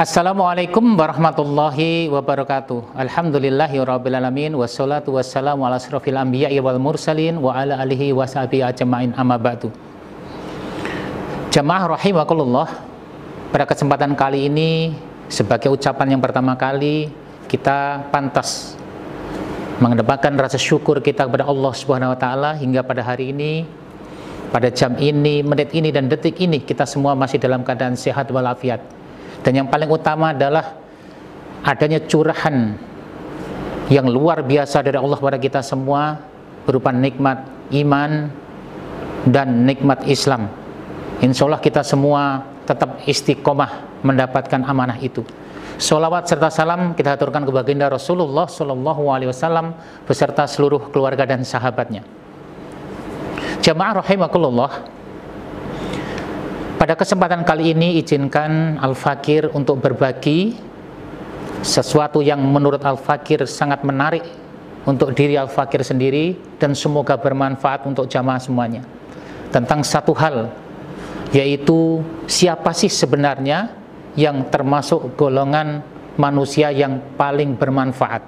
Assalamualaikum warahmatullahi wabarakatuh. Alhamdulillahirabbil alamin wassalatu wassalamu ala asrofil anbiya'i wal mursalin wa ala alihi wa sahbihi ajma'in, amma ba'du. Jamaah rahimakumullah, pada kesempatan kali ini sebagai ucapan yang pertama kali kita pantas mengedepankan rasa syukur kita kepada Allah Subhanahu wa taala hingga pada hari ini, pada jam ini, menit ini dan detik ini kita semua masih dalam keadaan sehat walafiat. Dan yang paling utama adalah adanya curahan yang luar biasa dari Allah kepada kita semua berupa nikmat iman dan nikmat Islam. Insya Allah kita semua tetap istiqomah mendapatkan amanah itu. Sholawat serta salam kita aturkan ke baginda Rasulullah SAW beserta seluruh keluarga dan sahabatnya. Jamaah rahimakumullah, pada kesempatan kali ini izinkan Al-Fakir untuk berbagi sesuatu yang menurut Al-Fakir sangat menarik untuk diri Al-Fakir sendiri dan semoga bermanfaat untuk jamaah semuanya, tentang satu hal, yaitu siapa sih sebenarnya yang termasuk golongan manusia yang paling bermanfaat.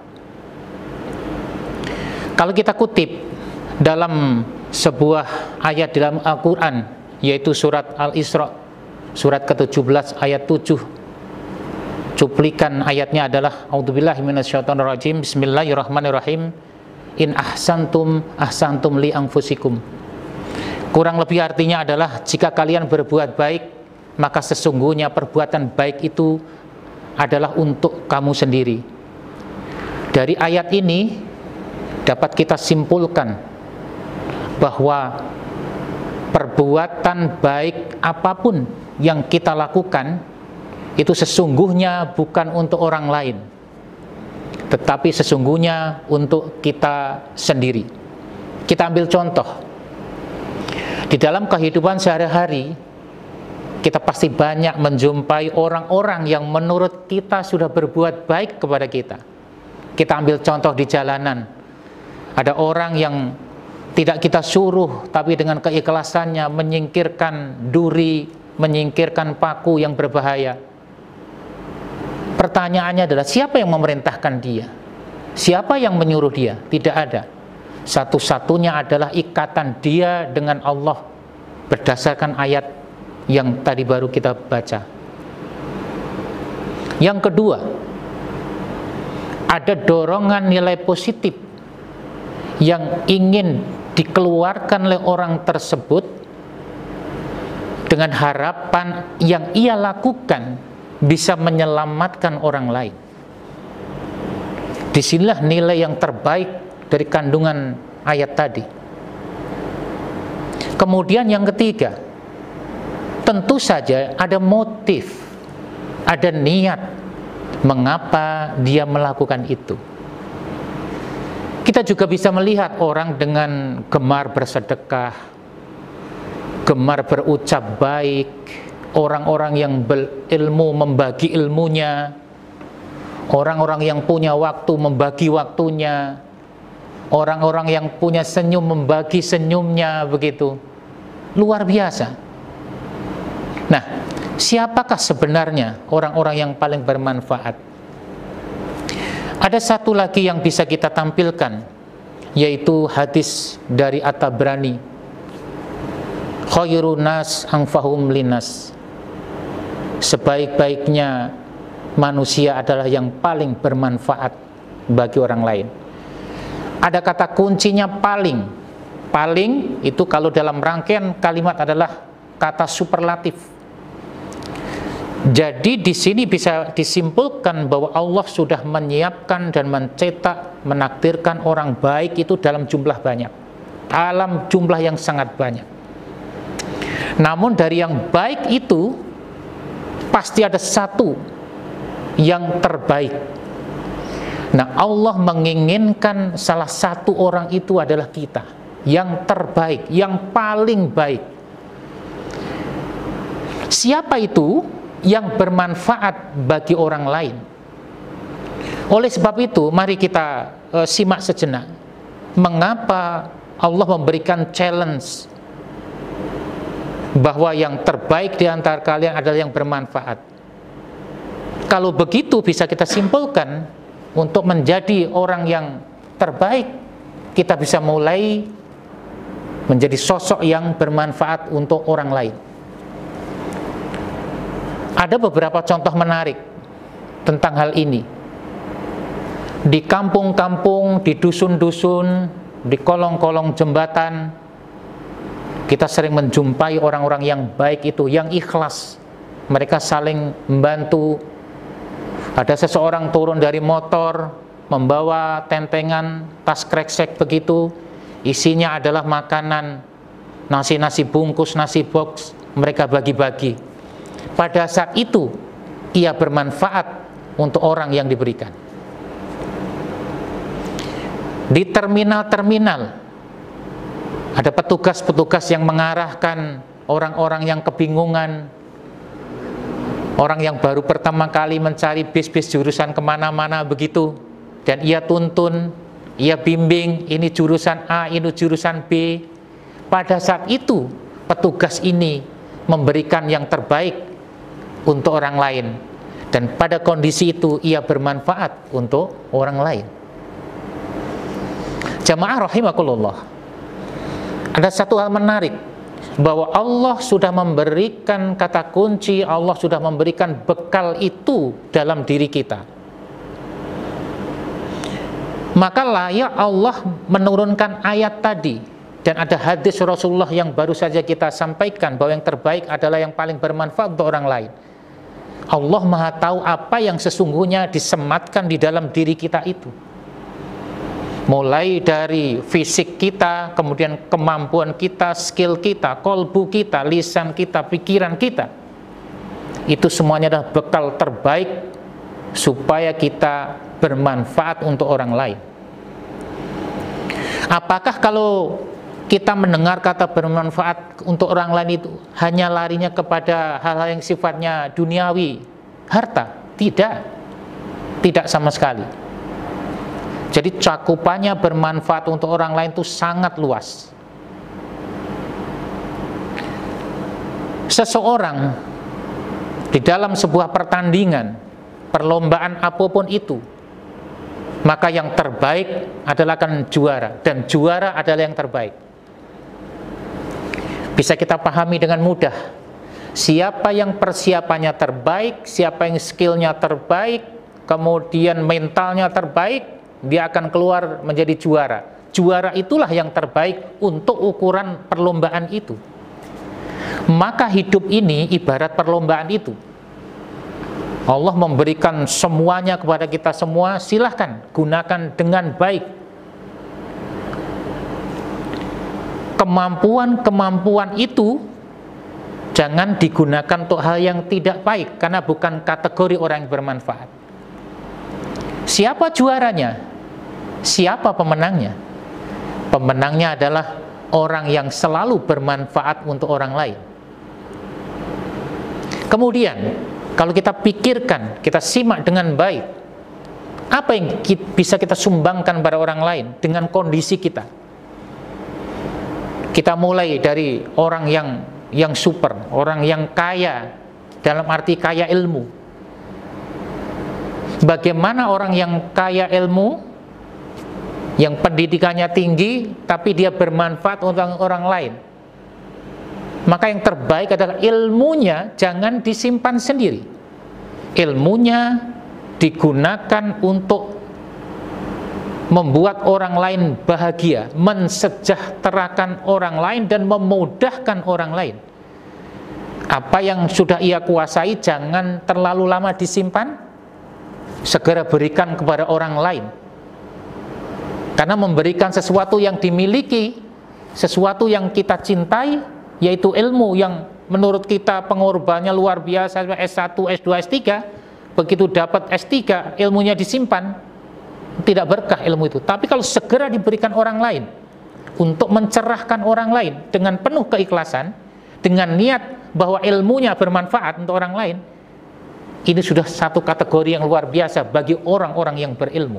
Kalau kita kutip dalam sebuah ayat dalam Al-Quran, yaitu surat Al-Isra, surat ke-17 ayat 7. Cuplikan ayatnya adalah A'udzubillahi minasyaitonirrajim, Bismillahirrahmanirrahim. In ahsantum ahsantum li anfusikum. Kurang lebih artinya adalah jika kalian berbuat baik, maka sesungguhnya perbuatan baik itu adalah untuk kamu sendiri. Dari ayat ini dapat kita simpulkan bahwa perbuatan baik apapun yang kita lakukan itu sesungguhnya bukan untuk orang lain, tetapi sesungguhnya untuk kita sendiri. Kita ambil contoh di dalam kehidupan sehari-hari, kita pasti banyak menjumpai orang-orang yang menurut kita sudah berbuat baik kepada kita. Kita ambil contoh di jalanan, ada orang yang tidak kita suruh, tapi dengan keikhlasannya menyingkirkan duri, menyingkirkan paku yang berbahaya. Pertanyaannya adalah, siapa yang memerintahkan dia? Siapa yang menyuruh dia? Tidak ada. Satu-satunya adalah ikatan dia dengan Allah berdasarkan ayat yang tadi baru kita baca. Yang kedua, ada dorongan nilai positif yang ingin dikeluarkan oleh orang tersebut dengan harapan yang ia lakukan bisa menyelamatkan orang lain. Disinilah nilai yang terbaik dari kandungan ayat tadi. Kemudian yang ketiga, tentu saja ada motif, ada niat mengapa dia melakukan itu. Kita juga bisa melihat orang dengan gemar bersedekah, gemar berucap baik, orang-orang yang berilmu membagi ilmunya, orang-orang yang punya waktu membagi waktunya, orang-orang yang punya senyum membagi senyumnya, begitu. Luar biasa. Nah, siapakah sebenarnya orang-orang yang paling bermanfaat? Ada satu lagi yang bisa kita tampilkan, yaitu hadis dari At-Tabrani, khairun nas anfa'uhum linnas. Sebaik-baiknya manusia adalah yang paling bermanfaat bagi orang lain. Ada kata kuncinya paling. Paling itu kalau dalam rangkaian kalimat adalah kata superlatif. Jadi di sini bisa disimpulkan bahwa Allah sudah menyiapkan dan mencetak, menakdirkan orang baik itu dalam jumlah banyak, dalam jumlah yang sangat banyak. Namun dari yang baik itu pasti ada satu yang terbaik. Nah, Allah menginginkan salah satu orang itu adalah kita, yang terbaik, yang paling baik. Siapa itu? Yang bermanfaat bagi orang lain. Oleh sebab itu, mari kita simak sejenak mengapa Allah memberikan challenge bahwa yang terbaik di antara kalian adalah yang bermanfaat. Kalau begitu bisa kita simpulkan, untuk menjadi orang yang terbaik, kita bisa mulai menjadi sosok yang bermanfaat untuk orang lain. Ada beberapa contoh menarik tentang hal ini. Di kampung-kampung, di dusun-dusun, di kolong-kolong jembatan, kita sering menjumpai orang-orang yang baik itu, yang ikhlas. Mereka saling membantu. Ada seseorang turun dari motor, membawa tentengan, tas kreksek begitu, isinya adalah makanan, nasi bungkus, nasi box, mereka bagi-bagi. Pada saat itu, ia bermanfaat untuk orang yang diberikan. Di terminal-terminal, ada petugas-petugas yang mengarahkan orang-orang yang kebingungan, orang yang baru pertama kali mencari bis-bis jurusan kemana-mana begitu, dan ia tuntun, ia bimbing, ini jurusan A, ini jurusan B. Pada saat itu, petugas ini memberikan yang terbaik untuk orang lain, dan pada kondisi itu ia bermanfaat untuk orang lain. Jamaah rahimakumullah, ada satu hal menarik, bahwa Allah sudah memberikan kata kunci, Allah sudah memberikan bekal itu dalam diri kita. Maka layak Allah menurunkan ayat tadi, dan ada hadis Rasulullah yang baru saja kita sampaikan, bahwa yang terbaik adalah yang paling bermanfaat untuk orang lain. Allah Maha tahu apa yang sesungguhnya disematkan di dalam diri kita itu, mulai dari fisik kita, kemudian kemampuan kita, skill kita, kolbu kita, lisan kita, pikiran kita. Itu semuanya adalah bekal terbaik supaya kita bermanfaat untuk orang lain. Apakah kalau kita mendengar kata bermanfaat untuk orang lain itu hanya larinya kepada hal-hal yang sifatnya duniawi, harta? Tidak, tidak sama sekali. Jadi cakupannya bermanfaat untuk orang lain itu sangat luas. Seseorang di dalam sebuah pertandingan, perlombaan apapun itu, maka yang terbaik adalah akan juara, dan juara adalah yang terbaik. Bisa kita pahami dengan mudah. Siapa yang persiapannya terbaik, siapa yang skillnya terbaik, kemudian mentalnya terbaik, dia akan keluar menjadi juara. Juara itulah yang terbaik untuk ukuran perlombaan itu. Maka hidup ini ibarat perlombaan itu. Allah memberikan semuanya kepada kita semua, silahkan gunakan dengan baik. Kemampuan-kemampuan itu jangan digunakan untuk hal yang tidak baik, karena bukan kategori orang yang bermanfaat. Siapa juaranya? Siapa pemenangnya? Pemenangnya adalah orang yang selalu bermanfaat untuk orang lain. Kemudian, kalau kita pikirkan, kita simak dengan baik, apa yang bisa kita sumbangkan pada orang lain dengan kondisi kita? Kita mulai dari orang yang super, orang yang kaya, dalam arti kaya ilmu. Bagaimana orang yang kaya ilmu, yang pendidikannya tinggi, tapi dia bermanfaat untuk orang lain? Maka yang terbaik adalah ilmunya jangan disimpan sendiri. Ilmunya digunakan untuk membuat orang lain bahagia, mensejahterakan orang lain, dan memudahkan orang lain. Apa yang sudah ia kuasai jangan terlalu lama disimpan, segera berikan kepada orang lain. Karena memberikan sesuatu yang dimiliki, sesuatu yang kita cintai, yaitu ilmu yang menurut kita pengorbanannya luar biasa, S1, S2, S3, begitu dapat S3, ilmunya disimpan, tidak berkah ilmu itu. Tapi kalau segera diberikan orang lain, untuk mencerahkan orang lain dengan penuh keikhlasan, dengan niat bahwa ilmunya bermanfaat untuk orang lain, ini sudah satu kategori yang luar biasa bagi orang-orang yang berilmu.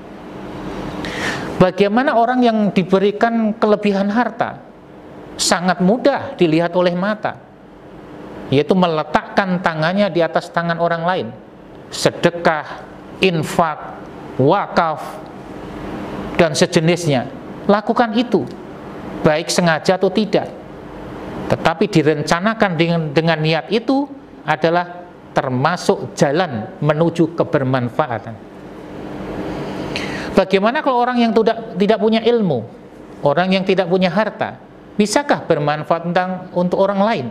Bagaimana orang yang diberikan kelebihan harta? Sangat mudah dilihat oleh mata, yaitu meletakkan tangannya di atas tangan orang lain. sedekah, infak, wakaf, dan sejenisnya. Lakukan itu, baik sengaja atau tidak. Tetapi direncanakan dengan niat itu adalah termasuk jalan menuju kebermanfaatan. Bagaimana kalau orang yang tidak punya ilmu, orang yang tidak punya harta, bisakah bermanfaat untuk orang lain?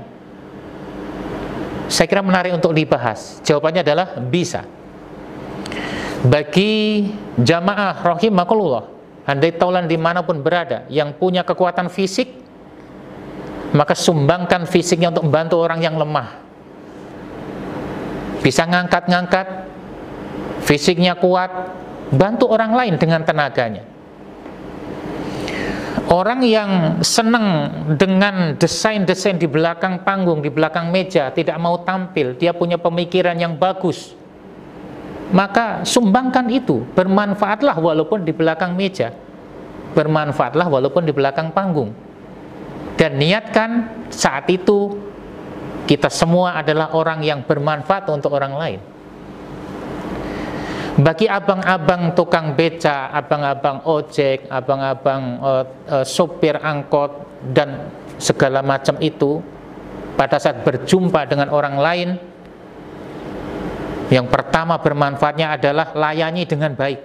Saya kira menarik untuk dibahas. Jawabannya adalah bisa. Bagi jamaah rahimakumullah, andai taulan dimanapun berada, yang punya kekuatan fisik, maka sumbangkan fisiknya untuk membantu orang yang lemah. Bisa ngangkat-ngangkat, fisiknya kuat, bantu orang lain dengan tenaganya. Orang yang senang dengan desain-desain di belakang panggung, di belakang meja, tidak mau tampil, dia punya pemikiran yang bagus, maka sumbangkan itu, bermanfaatlah walaupun di belakang meja, bermanfaatlah walaupun di belakang panggung. Dan niatkan saat itu kita semua adalah orang yang bermanfaat untuk orang lain. Bagi abang-abang tukang beca, abang-abang ojek, abang-abang sopir angkot, dan segala macam itu, pada saat berjumpa dengan orang lain, yang pertama bermanfaatnya adalah layani dengan baik.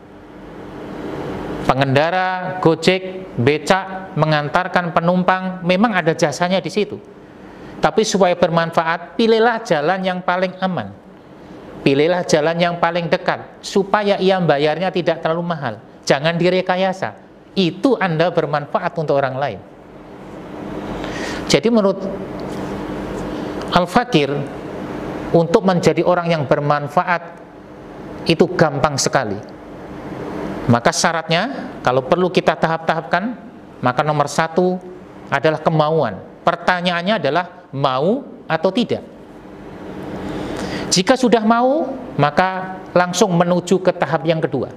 Pengendara gojek, becak, mengantarkan penumpang, memang ada jasanya di situ. Tapi supaya bermanfaat, pilihlah jalan yang paling aman, pilihlah jalan yang paling dekat, supaya ia bayarnya tidak terlalu mahal. Jangan direkayasa. Itu Anda bermanfaat untuk orang lain. Jadi menurut Al-Fakir, untuk menjadi orang yang bermanfaat itu gampang sekali. Maka syaratnya, kalau perlu kita tahap-tahapkan, maka nomor satu adalah kemauan. Pertanyaannya adalah mau atau tidak. Jika sudah mau, maka langsung menuju ke tahap yang kedua.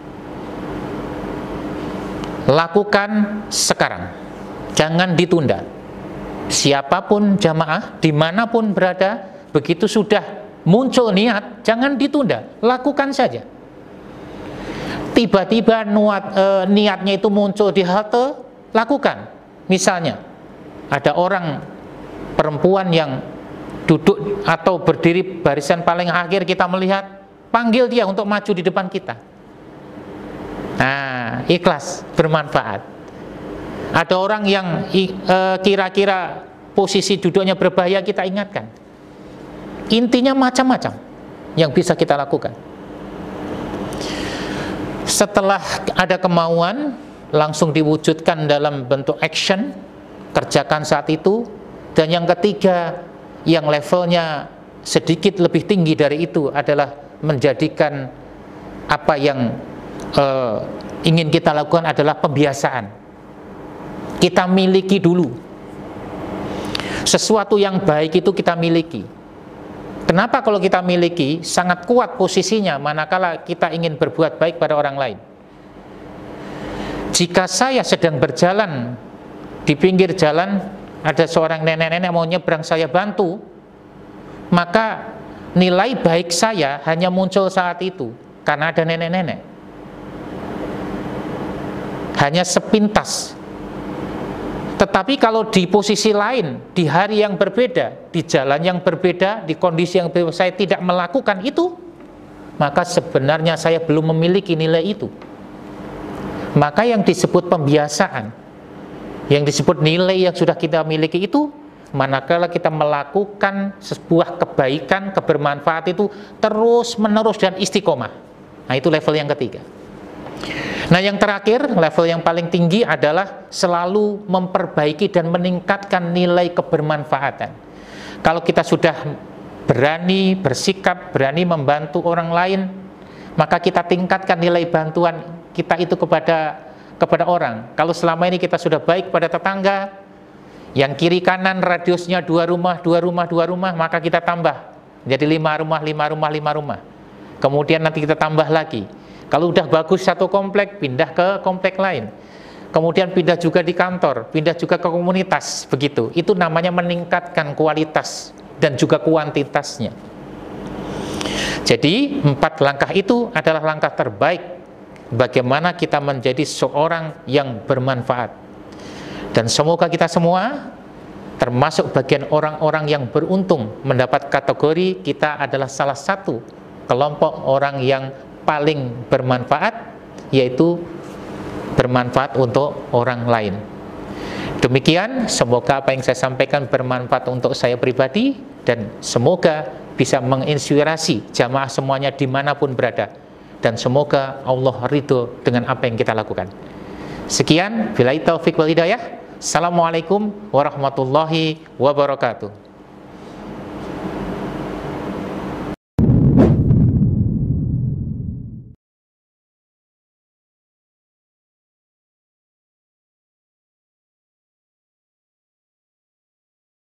Lakukan sekarang, jangan ditunda. Siapapun jamaah, dimanapun berada, begitu sudah muncul niat, jangan ditunda, lakukan saja. Tiba-tiba niatnya itu muncul di halte, lakukan. Misalnya, ada orang perempuan yang duduk atau berdiri barisan paling akhir, kita melihat, panggil dia untuk maju di depan kita. Nah, ikhlas, bermanfaat. Ada orang yang kira-kira posisi duduknya berbahaya, kita ingatkan. Intinya macam-macam yang bisa kita lakukan. Setelah ada kemauan, langsung diwujudkan dalam bentuk action, kerjakan saat itu. Dan yang ketiga, yang levelnya sedikit lebih tinggi dari itu adalah menjadikan apa yang ingin kita lakukan adalah pembiasaan. Kita miliki dulu. Sesuatu yang baik itu kita miliki. Kenapa kalau kita miliki, sangat kuat posisinya manakala kita ingin berbuat baik pada orang lain. Jika saya sedang berjalan di pinggir jalan, ada seorang nenek-nenek mau nyebrang, saya bantu, maka nilai baik saya hanya muncul saat itu, karena ada nenek-nenek. Hanya sepintas. Tetapi kalau di posisi lain, di hari yang berbeda, di jalan yang berbeda, di kondisi yang berbeda, saya tidak melakukan itu, maka sebenarnya saya belum memiliki nilai itu. Maka yang disebut pembiasaan, yang disebut nilai yang sudah kita miliki itu, manakala kita melakukan sebuah kebaikan, kebermanfaat itu terus menerus dan istiqomah. Nah, itu level yang ketiga. Nah, yang terakhir, level yang paling tinggi adalah selalu memperbaiki dan meningkatkan nilai kebermanfaatan. Kalau kita sudah berani bersikap, berani membantu orang lain, maka kita tingkatkan nilai bantuan kita itu kepada orang. Kalau selama ini kita sudah baik pada tetangga, yang kiri kanan radiusnya 2 rumah, 2 rumah, 2 rumah, maka kita tambah jadi 5 rumah, 5 rumah, 5 rumah. Kemudian nanti kita tambah lagi. Kalau udah bagus satu komplek, pindah ke komplek lain. Kemudian pindah juga di kantor, pindah juga ke komunitas, begitu. Itu namanya meningkatkan kualitas dan juga kuantitasnya. Jadi 4 langkah itu adalah langkah terbaik bagaimana kita menjadi seorang yang bermanfaat. Dan semoga kita semua termasuk bagian orang-orang yang beruntung mendapat kategori kita adalah salah satu kelompok orang yang paling bermanfaat, yaitu bermanfaat untuk orang lain. Demikian, semoga apa yang saya sampaikan bermanfaat untuk saya pribadi, dan semoga bisa menginspirasi jamaah semuanya dimanapun berada, dan semoga Allah ridho dengan apa yang kita lakukan. Sekian, billahi taufiq wal hidayah. Assalamualaikum warahmatullahi wabarakatuh.